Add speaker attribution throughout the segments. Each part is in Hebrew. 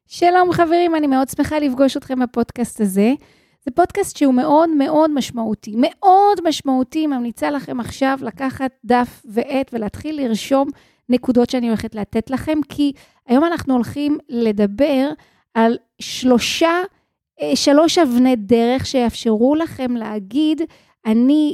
Speaker 1: שלום חברים, אני מאוד שמחה לפגוש אתכם בפודקאסט הזה. זה פודקאסט שהוא מאוד מאוד משמעותי, מאוד משמעותי. ממליצה לכם עכשיו לקחת דף ועט ולהתחיל לרשום נקודות שאני הולכת לתת לכם, כי היום אנחנו הולכים לדבר על שלוש אבני דרך שיאפשרו לכם להגיד, אני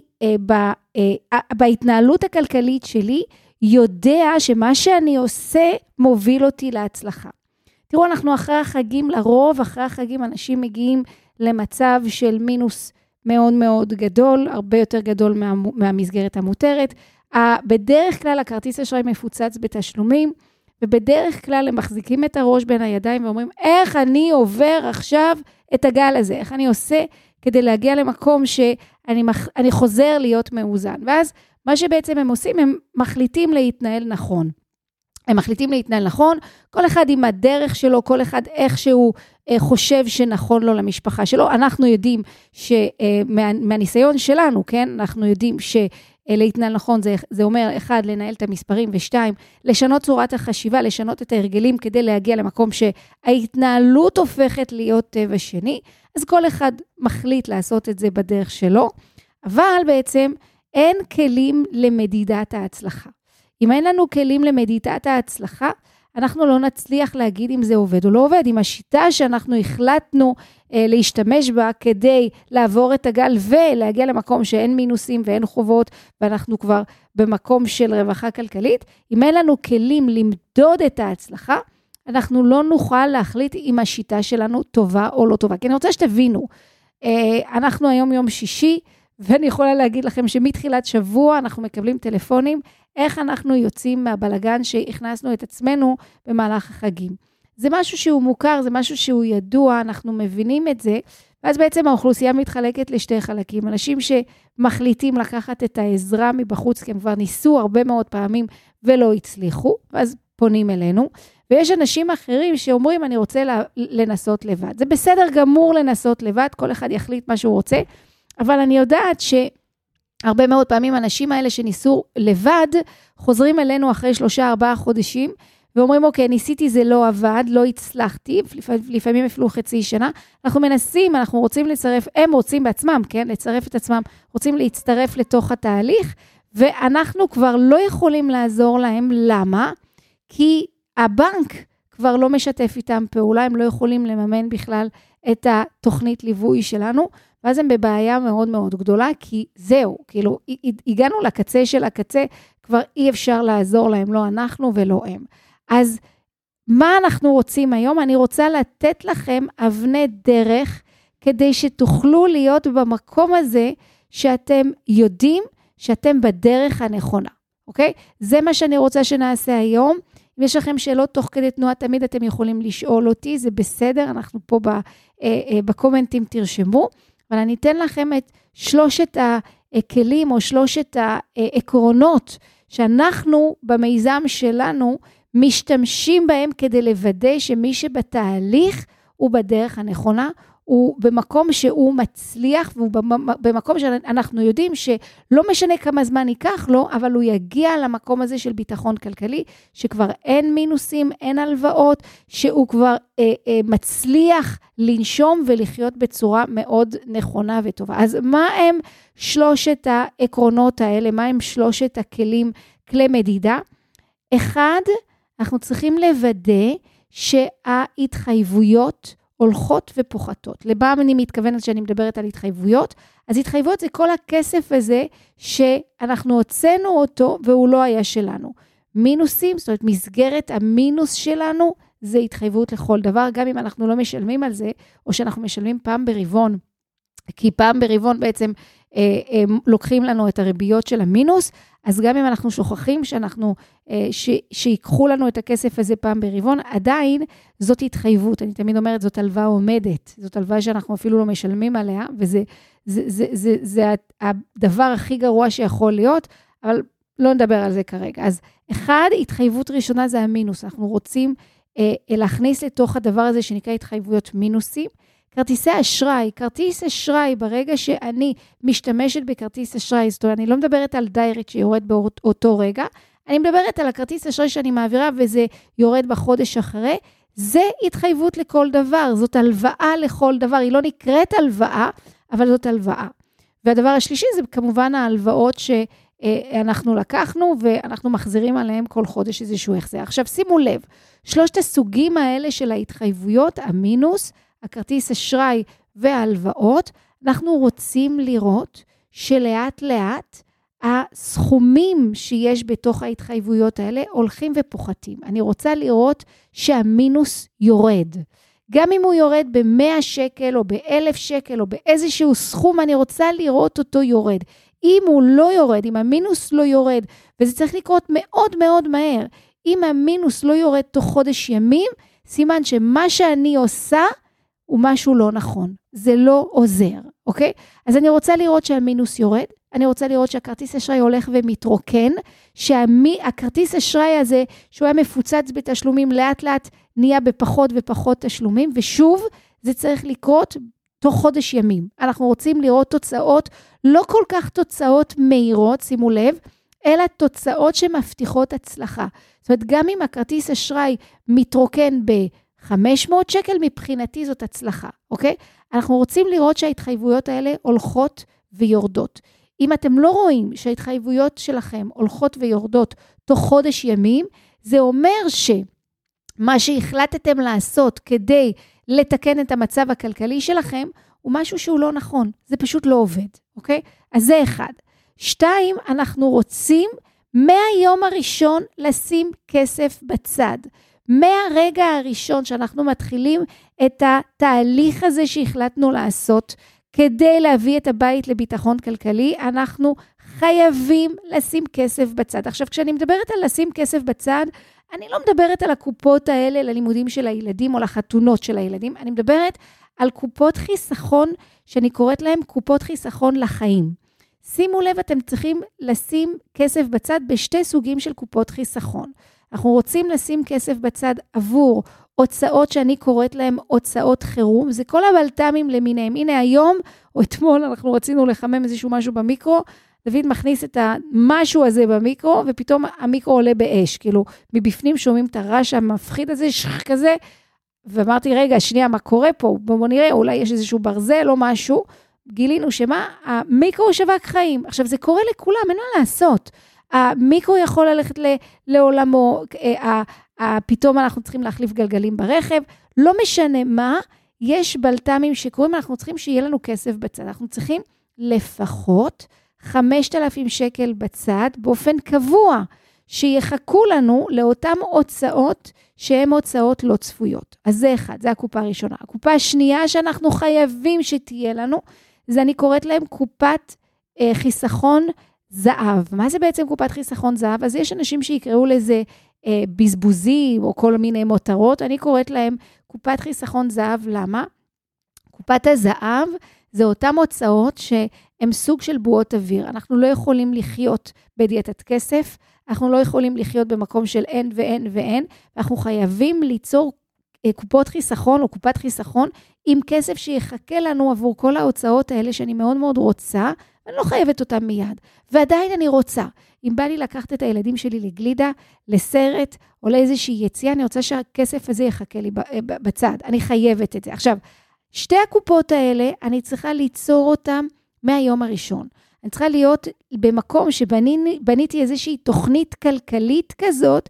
Speaker 1: בהתנהלות הכלכלית שלי יודע שמה שאני עושה מוביל אותי להצלחה. תראו, אנחנו אחרי החגים, לרוב אחרי החגים אנשים מגיעים למצב של מינוס מאוד מאוד גדול, הרבה יותר גדול מהמסגרת המותרת. בדרך כלל הכרטיס אשראי מפוצץ בתשלומים, ובדרך כלל הם מחזיקים את הראש בין הידיים ואומרים, איך אני עובר עכשיו את הגל הזה? איך אני עושה כדי להגיע למקום שאני חוזר להיות מאוזן? ואז מה שבעצם הם עושים, הם מחליטים להתנהל נכון. הם מחליטים להתנהל נכון, כל אחד עם הדרך שלו, כל אחד איך שהוא חושב שנכון לו למשפחה שלו. אנחנו יודעים מהניסיון שלנו, כן? אנחנו יודעים שלהתנהל נכון זה אומר, אחד, לנהל את המספרים, ושתיים, לשנות צורת החשיבה, לשנות את ההרגלים כדי להגיע למקום שההתנהלות הופכת להיות טבע שני. אז כל אחד מחליט לעשות את זה בדרך שלו, אבל בעצם אין כלים למדידת ההצלחה. אם אין לנו כלים למדידת ההצלחה, אנחנו לא נצליח להגיד אם זה עובד או לא עובד. אם השיטה שאנחנו החלטנו להשתמש בה כדי לעבור את הגל ולהגיע למקום שאין מינוסים ואין חובות, ואנחנו כבר במקום של רווחה כלכלית, אם אין לנו כלים למדוד את ההצלחה, אנחנו לא נוכל להחליט אם השיטה שלנו טובה או לא טובה. כי אני רוצה שתבינו, אנחנו היום יום שישי, ואני יכולה להגיד לכם שמתחילת שבוע אנחנו מקבלים טלפונים, איך אנחנו יוצאים מהבלגן שהכנסנו את עצמנו במהלך החגים. זה משהו שהוא מוכר, זה משהו שהוא ידוע, אנחנו מבינים את זה, ואז בעצם האוכלוסייה מתחלקת לשתי חלקים. אנשים שמחליטים לקחת את העזרה מבחוץ, כי הם כבר ניסו הרבה מאוד פעמים ולא הצליחו, ואז פונים אלינו, ויש אנשים אחרים שאומרים, אני רוצה לנסות לבד. זה בסדר גמור לנסות לבד, כל אחד יחליט מה שהוא רוצה, אבל אני יודעת שהרבה מאוד פעמים אנשים האלה שניסו לבד, חוזרים אלינו אחרי 3-4 חודשים, ואומרים, אוקיי, ניסיתי, זה לא עבד, לא הצלחתי, לפעמים אפילו חצי שנה, אנחנו מנסים, אנחנו רוצים לצרף, הם רוצים בעצמם, כן, לצרף את עצמם, רוצים להצטרף לתוך התהליך, ואנחנו כבר לא יכולים לעזור להם, למה? כי הבנק כבר לא משתף איתם פעולה, הם לא יכולים לממן בכלל את התוכנית ליווי שלנו, ואז הם בבעיה מאוד מאוד גדולה, כי זהו, כאילו, הגענו לקצה של הקצה, כבר אי אפשר לעזור להם, לא אנחנו ולא הם. אז מה אנחנו רוצים היום? אני רוצה לתת לכם אבני דרך, כדי שתוכלו להיות במקום הזה, שאתם יודעים שאתם בדרך הנכונה, אוקיי? זה מה שאני רוצה שנעשה היום. אם יש לכם שאלות תוך כדי תנועה, תמיד אתם יכולים לשאול אותי, זה בסדר, אנחנו פה בקומנטים תרשמו, אבל אני אתן לכם את 3 הכלים או 3 העקרונות שאנחנו במיזם שלנו משתמשים בהם כדי לוודא שמי שבתהליך הוא בדרך הנכונה, הוא במקום שהוא מצליח, והוא במקום שאנחנו יודעים שלא משנה כמה זמן ייקח לו, אבל הוא יגיע למקום הזה של ביטחון כלכלי, שכבר אין מינוסים, אין הלוואות, שהוא כבר מצליח לנשום ולחיות בצורה מאוד נכונה וטובה. אז מה הם 3 העקרונות האלה? מה הם 3 הכלים, כלי מדידה? 1, אנחנו צריכים לוודא שההתחייבויות הולכות ופוחתות. למה אני מתכוונת שאני מדברת על התחייבויות? אז התחייבויות זה כל הכסף הזה שאנחנו הוצאנו אותו והוא לא היה שלנו. מינוסים, זאת אומרת מסגרת המינוס שלנו, זה התחייבות לכל דבר, גם אם אנחנו לא משלמים על זה, או שאנחנו משלמים פעם ברבעון, כי פעם ברבעון בעצם לוקחים לנו את הריביות של המינוס, אז גם אם אנחנו שוכחים שיקחו לנו את הכסף הזה פעם ברבעון, עדיין זאת התחייבות. אני תמיד אומרת, זאת הלוואה עומדת, זאת הלוואה שאנחנו אפילו לא משלמים עליה, וזה הדבר הכי גרוע שיכול להיות, אבל לא נדבר על זה כרגע. אז 1, התחייבות ראשונה זה המינוס. אנחנו רוצים להכניס לתוך הדבר הזה שנקרא התחייבויות מינוסים. כרטיסי אשראי, כרטיס אשראי, ברגע שאני משתמשת בכרטיס אשראי, זאת אומרת, אני לא מדברת על דיירקט שיורד באותו רגע, אני מדברת על הכרטיס אשראי שאני מעבירה, וזה יורד בחודש אחרי, זה התחייבות לכל דבר, זאת הלוואה לכל דבר, היא לא נקראת הלוואה, אבל זאת הלוואה. והדבר השלישי זה כמובן ההלוואות שאנחנו לקחנו, ואנחנו מחזירים עליהם כל חודש איזשהו החזר. עכשיו שימו לב, שלושת הסוגים האלה של ההתחייבויות, המינוס, הכרטיס אשראי וההלוואות, אנחנו רוצים לראות שלאט לאט הסכומים שיש בתוך ההתחייבויות האלה הולכים ופוחתים. אני רוצה לראות שהמינוס יורד. גם אם הוא יורד ב100 שקל או ב1,000 שקל או באיזשהו סכום, אני רוצה לראות אותו יורד. אם הוא לא יורד, אם המינוס לא יורד, וזה צריך לקרות מאוד מאוד מהר, אם המינוס לא יורד תוך חודש ימים, סימן שמה שאני עושה הוא משהו לא נכון. זה לא עוזר, אוקיי? אז אני רוצה לראות שהמינוס יורד, אני רוצה לראות שהכרטיס אשראי הולך ומתרוקן, שהכרטיס אשראי הזה, שהוא היה מפוצץ בתשלומים, לאט לאט נהיה בפחות ופחות תשלומים, ושוב, זה צריך לקרות תוך חודש ימים. אנחנו רוצים לראות תוצאות, לא כל כך תוצאות מהירות, שימו לב, אלא תוצאות שמבטיחות הצלחה. זאת אומרת, גם אם הכרטיס אשראי מתרוקן ב500 שקל, מבחינתי זאת הצלחה, אוקיי? אנחנו רוצים לראות שההתחייבויות האלה הולכות ויורדות. אם אתם לא רואים שההתחייבויות שלכם הולכות ויורדות תוך חודש ימים, זה אומר שמה שהחלטתם לעשות כדי לתקן את המצב הכלכלי שלכם, הוא משהו שהוא לא נכון. זה פשוט לא עובד, אוקיי? אז זה אחד. 2, אנחנו רוצים מהיום הראשון לשים כסף בצד. מהרגע הראשון שאנחנו מתחילים את התהליך הזה שהחלטנו לעשות, כדי להביא את הבית לביטחון כלכלי, אנחנו חייבים לשים כסף בצד. עכשיו, כשאני מדברת על לשים כסף בצד, אני לא מדברת על הקופות האלה ללימודים של הילדים או לחתונות של הילדים, אני מדברת על קופות חיסכון, שאני קוראת להם קופות חיסכון לחיים. שימו לב, אתם צריכים לשים כסף בצד בשתי סוגים של קופות חיסכון. אנחנו רוצים לשים כסף בצד עבור הוצאות שאני קוראת להם הוצאות חירום, זה כל הבלת"מים למיניהם. הנה היום או אתמול אנחנו רצינו לחמם איזשהו משהו במיקרו, דוד מכניס את המשהו הזה במיקרו, ופתאום המיקרו עולה באש, כאילו מבפנים שומעים את הרעש המפחיד הזה, שח כזה, ואמרתי רגע, שנייה, מה קורה פה? בואו נראה, אולי יש איזשהו ברזל או משהו, גילינו שמה? המיקרו שווק חיים. עכשיו זה קורה לכולם, אין מה לעשות. המיקרו יכול ללכת לעולמו, פתאום אנחנו צריכים להחליף גלגלים ברכב, לא משנה מה, יש בלת"מים שקוראים, אנחנו צריכים שיהיה לנו כסף בצד, אנחנו צריכים לפחות 5,000 שקל בצד, באופן קבוע, שיחכו לנו לאותם הוצאות, שהן הוצאות לא צפויות. אז זה אחד, זה הקופה הראשונה. הקופה השנייה שאנחנו חייבים שתהיה לנו, זה אני קוראת להם קופת חיסכון זהב. מה זה בעצם קופת חיסכון זהב? אז יש אנשים שיקראו לזה בזבוזים או כל מיני מותרות, אני קוראת להם קופת חיסכון זהב. למה? קופת הזהב זה אותם הוצאות שהן סוג של בועות אוויר. אנחנו לא יכולים לחיות בדיאטת כסף, אנחנו לא יכולים לחיות במקום של אין ואין ואין, ואנחנו חייבים ליצור קופות חיסכון או קופת חיסכון עם כסף שיחכה לנו עבור כל ההוצאות האלה שאני מאוד מאוד רוצה, אני לא חייבת אותם מיד, ועדיין אני רוצה. אם בא לי לקחת את הילדים שלי לגלידה, לסרט או לאיזושהי יציאה, אני רוצה שהכסף הזה יחכה לי בצד, אני חייבת את זה. עכשיו, שתי הקופות האלה, אני צריכה ליצור אותם מהיום הראשון. אני צריכה להיות במקום שבניתי איזושהי תוכנית כלכלית כזאת,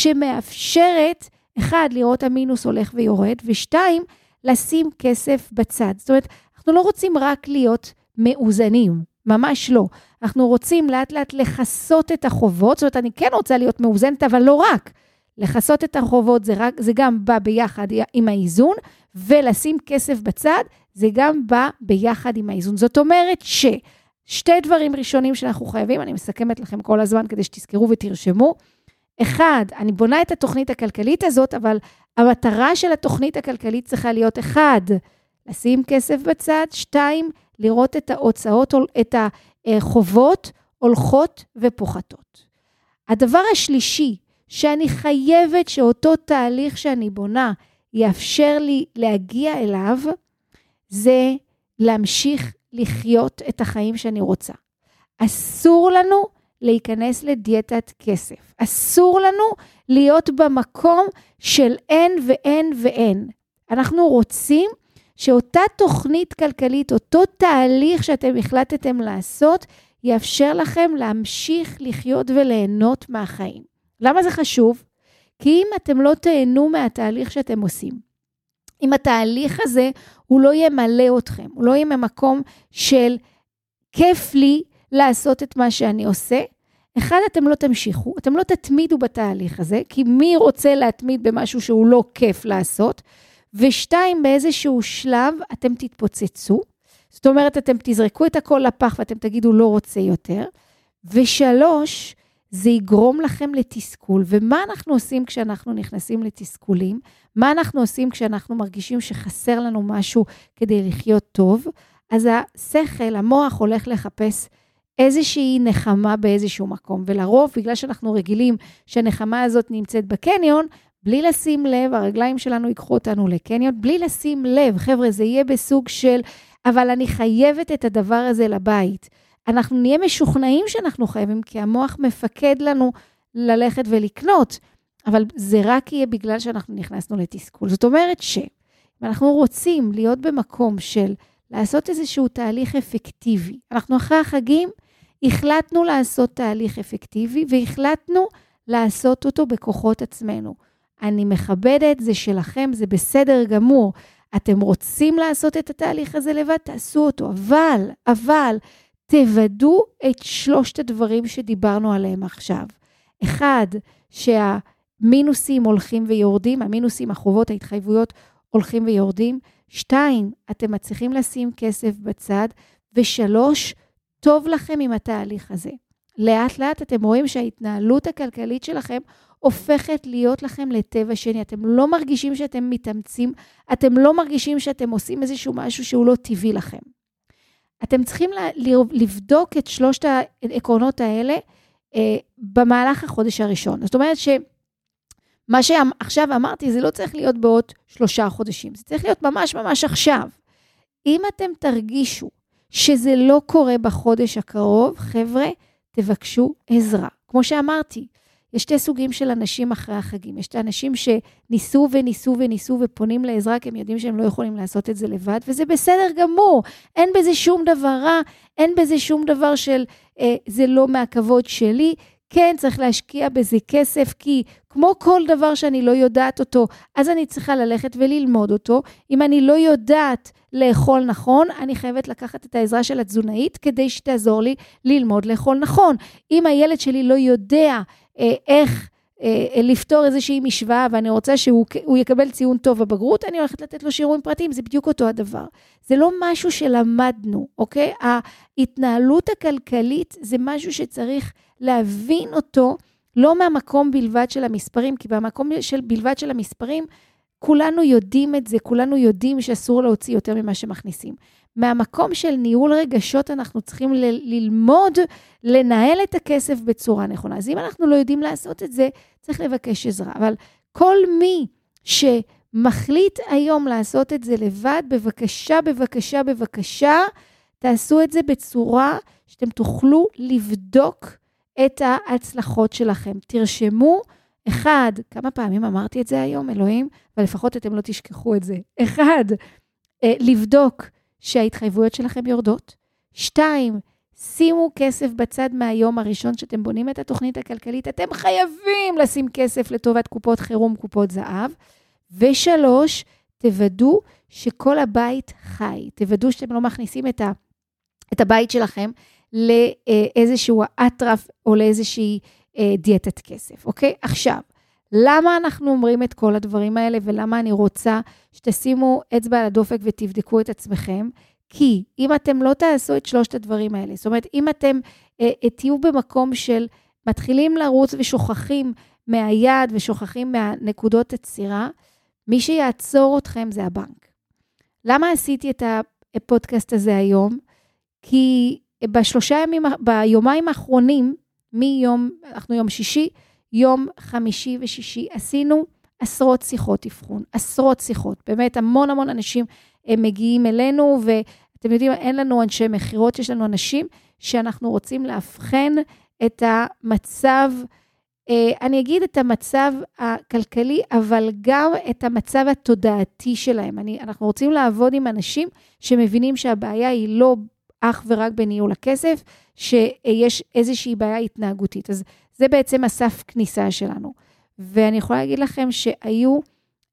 Speaker 1: שמאפשרת, אחד, לראות המינוס הולך ויורד, ושתיים, לשים כסף בצד. זאת אומרת, אנחנו לא רוצים רק להיות מאוזנים, ממש לא. אנחנו רוצים לאט לאט לחסות את החובות, זאת אומרת, אני כן רוצה להיות מאוזנת, אבל לא רק. לחסות את החובות זה גם בא ביחד עם האיזון, ולשים כסף בצד, זה גם בא ביחד עם האיזון. זאת אומרת ששתי דברים ראשונים שאנחנו חייבים, אני מסכמת לכם כל הזמן כדי שתזכרו ותרשמו. אחד, אני בונה את התוכנית הכלכלית הזאת, אבל המטרה של התוכנית הכלכלית צריכה להיות אחד, לשים כסף בצד, שתיים, לראות את ההוצאות, את החובות הולכות ופוחתות. הדבר השלישי, שאני חייבת שאותו תהליך שאני בונה, יאפשר לי להגיע אליו, זה להמשיך לחיות את החיים שאני רוצה. אסור לנו להיכנס לדיאטת כסף. אסור לנו להיות במקום של אין ואין ואין. אנחנו רוצים שאותה תוכנית כלכלית, אותו תהליך שאתם החלטתם לעשות, יאפשר לכם להמשיך לחיות וליהנות מהחיים. למה זה חשוב? כי אם אתם לא תהנו מהתהליך שאתם עושים, אם התהליך הזה הוא לא ימלא אתכם, הוא לא יהיה ממקום של כיף לי לעשות את מה שאני עושה, אחד, אתם לא תמשיכו, אתם לא תתמידו בתהליך הזה, כי מי רוצה להתמיד במשהו שהוא לא כיף לעשות, ושתיים, באיזשהו שלב אתם תתפוצצו, זאת אומרת, אתם תזרקו את הכל לפח ואתם תגידו לא רוצה יותר, ושלוש, זה יגרום לכם לתסכול, ומה אנחנו עושים כשאנחנו נכנסים לתסכולים? מה אנחנו עושים כשאנחנו מרגישים שחסר לנו משהו כדי לחיות טוב? אז השכל, המוח הולך לחפש איזושהי נחמה באיזשהו מקום, ולרוב, בגלל שאנחנו רגילים שהנחמה הזאת נמצאת בקניון, בלי לשים לב, הרגליים שלנו ייקחו אותנו לקניון, בלי לשים לב, חבר'ה, זה יהיה בסוג של, אבל אני חייבת את הדבר הזה לבית. אנחנו נהיה משוכנעים שאנחנו חייבים, כי המוח מפקד לנו ללכת ולקנות, אבל זה רק יהיה בגלל שאנחנו נכנסנו לתסכול. זאת אומרת שאם אנחנו רוצים להיות במקום של לעשות איזשהו תהליך אפקטיבי, אנחנו אחרי החגים החלטנו לעשות תהליך אפקטיבי, והחלטנו לעשות אותו בכוחות עצמנו. אני מכבדת, זה שלכם, זה בסדר גמור. אתם רוצים לעשות את התהליך הזה לבד, תעשו אותו, אבל, תוודאו את שלושת הדברים שדיברנו עליהם עכשיו. אחד, שהמינוסים הולכים ויורדים, המינוסים, החובות, ההתחייבויות הולכים ויורדים. 2, אתם מצליחים לשים כסף בצד. 3, טוב לכם עם התהליך הזה. לאט לאט אתם רואים שההתנהלות הכלכלית שלכם הופכת להיות לכם לטבע שני. אתם לא מרגישים שאתם מתאמצים, אתם לא מרגישים שאתם עושים איזשהו משהו שהוא לא טבעי לכם. אתם צריכים לבדוק את שלושת העקרונות האלה במהלך החודש הראשון. זאת אומרת שמה שעכשיו אמרתי, זה לא צריך להיות בעוד 3 חודשים. זה צריך להיות ממש ממש עכשיו. אם אתם תרגישו שזה לא קורה בחודש הקרוב, חבר'ה, תבקשו עזרה. כמו שאמרתי, יש 2 סוגים של אנשים אחרי החגים. יש את האנשים שניסו וניסו וניסו ופונים לעזרה, כי הם יודעים שהם לא יכולים לעשות את זה לבד, וזה בסדר גמור. אין בזה שום דבר רע, אין בזה שום דבר של זה לא מהכבוד שלי. כן, צריך להשקיע בזה כסף, כי כמו כל דבר שאני לא יודעת אותו, אז אני צריכה ללכת וללמוד אותו. אם אני לא יודעת לאכול נכון, אני חייבת לקחת את העזרה של התזונאית, כדי שתעזור לי ללמוד לאכול נכון. אם הילד שלי לא יודע איך לפתור איזושהי משוואה, ואני רוצה שהוא יקבל ציון טוב בבגרות, אני הולכת לתת לו שיעורים פרטיים, זה בדיוק אותו הדבר. זה לא משהו שלמדנו, אוקיי? ההתנהלות הכלכלית זה משהו שצריך להבין אותו, לא מהמקום בלבד של המספרים, כי במקום בלבד של המספרים, כולנו יודעים את זה, כולנו יודעים שאסור להוציא יותר ממה שמכניסים. מהמקום של ניהול רגשות, אנחנו צריכים ללמוד, לנהל את הכסף בצורה נכונה. אז אם אנחנו לא יודעים לעשות את זה, צריך לבקש עזרה. אבל כל מי שמחליט היום לעשות את זה לבד, בבקשה, בבקשה, בבקשה, תעשו את זה בצורה שאתם תוכלו לבדוק את ההצלחות שלכם. תרשמו, 1, כמה פעמים אמרתי את זה היום, אלוהים, אבל לפחות אתם לא תשכחו את זה. 1, לבדוק שההתחייבויות שלכם יורדות. 2, שימו כסף בצד מהיום הראשון שאתם בונים את התוכנית הכלכלית. אתם חייבים לשים כסף לטובת קופות חירום, קופות זהב. 3, תוודאו שכל הבית חי. תוודאו שאתם לא מכניסים את הבית שלכם לאיזשהו אטרף או לאיזושהי דיאטת כסף, אוקיי? עכשיו, למה אנחנו אומרים את כל הדברים האלה, ולמה אני רוצה שתשימו אצבע על הדופק ותבדקו את עצמכם? כי אם אתם לא תעשו את 3 הדברים האלה, זאת אומרת, אם אתם תהיו במקום של מתחילים לרוץ ושוכחים מהיד ושוכחים מהנקודות הצira, מי שיעצור אתכם זה הבנק. למה עשיתי את הפודקאסט הזה היום? כי ביומיים האחרונים, אנחנו יום שישי, יום חמישי ושישי, עשינו עשרות שיחות אבחון, עשרות שיחות. באמת, המון אנשים מגיעים אלינו, ואתם יודעים, אין לנו אנשי מחירות, יש לנו אנשים שאנחנו רוצים להבחן את המצב, אני אגיד את המצב הכלכלי, אבל גם את המצב התודעתי שלהם. אנחנו רוצים לעבוד עם אנשים שמבינים שהבעיה היא לא אך ורק בניהול הכסף, שיש איזושהי בעיה התנהגותית. אז זה בעצם הסף כניסה שלנו. ואני יכולה להגיד לכם שהיו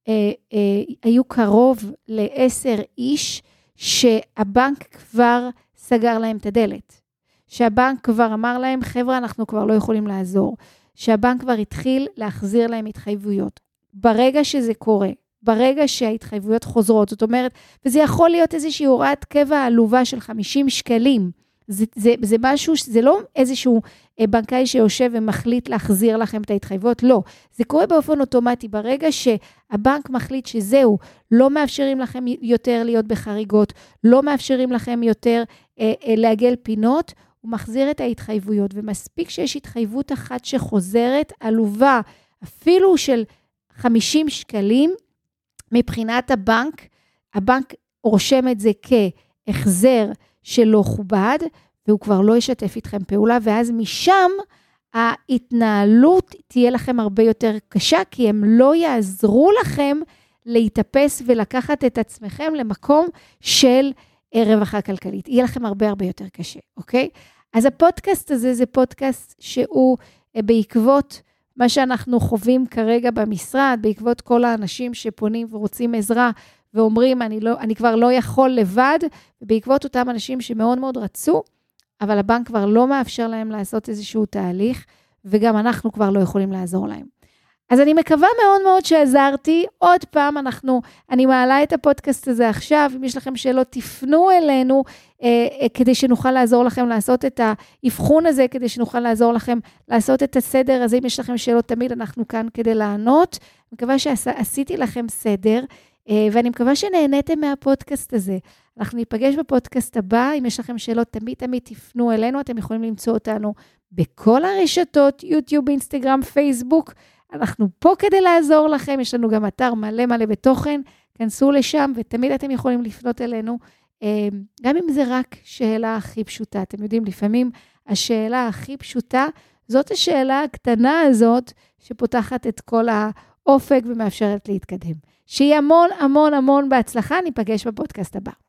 Speaker 1: קרוב ל10 איש שהבנק כבר סגר להם את הדלת. שהבנק כבר אמר להם, חבר'ה, אנחנו כבר לא יכולים לעזור. שהבנק כבר התחיל להחזיר להם התחייבויות. ברגע שזה קורה, ברגע שההתחייבויות חוזרות, זאת אומרת, וזה יכול להיות איזושהי הוראת קבע עלובה של 50 שקלים, זה משהו, זה לא איזשהו בנקאי שיושב ומחליט להחזיר לכם את ההתחייבויות, לא. זה קורה באופן אוטומטי, ברגע שהבנק מחליט שזהו, לא מאפשרים לכם יותר להיות בחריגות, לא מאפשרים לכם יותר לעגל פינות, הוא מחזיר את ההתחייבויות, ומספיק שיש התחייבות אחת שחוזרת, עלובה אפילו של 50 שקלים, מבחינת הבנק רושם את זה כהחזר שלא כובד, והוא כבר לא ישתף איתכם פעולה, ואז משם ההתנהלות תהיה לכם הרבה יותר קשה, כי הם לא יעזרו לכם להתאפס ולקחת את עצמכם למקום של רווחה כלכלית. יהיה לכם הרבה הרבה יותר קשה, אוקיי? אז הפודקאסט הזה זה פודקאסט שהוא בעקבות מה שאנחנו חווים כרגע במשרד, בעקבות כל האנשים שפונים ורוצים עזרה, ואומרים, אני כבר לא יכול לבד, ובעקבות אותם אנשים שמאוד מאוד רצו, אבל הבנק כבר לא מאפשר להם לעשות איזשהו תהליך, וגם אנחנו כבר לא יכולים לעזור להם. אז אני מקווה מאוד מאוד שעזרתי. עוד פעם, אני מעלה את הפודקאסט הזה עכשיו, אם יש לכם שאלות, תפנו אלינו, כדי שנוכל לעזור לכם לעשות את האבחון הזה, כדי שנוכל לעזור לכם לעשות את הסדר הזה. אם יש לכם שאלות, תמיד אנחנו כאן כדי לענות. אני מקווה שעשיתי לכם סדר, ואני מקווה שנהניתם מהפודקאסט הזה. אנחנו ניפגש בפודקאסט הבא. אם יש לכם שאלות, תמיד תפנו אלינו. אתם יכולים למצוא אותנו בכל הרשתות, יוטיוב, אינסטגרם, פייסבוק. אנחנו פה כדי לעזור לכם. יש לנו גם אתר מלא בתוכן. כנסו לשם, ותמיד אתם יכולים לפנות אלינו, גם אם זה רק שאלה הכי פשוטה. אתם יודעים, לפעמים השאלה הכי פשוטה, זאת השאלה הקטנה הזאת, שפותחת את כל האופק ומאפשרת להתקדם. שיהיה המון בהצלחה, ניפגש בפודקאסט הבא.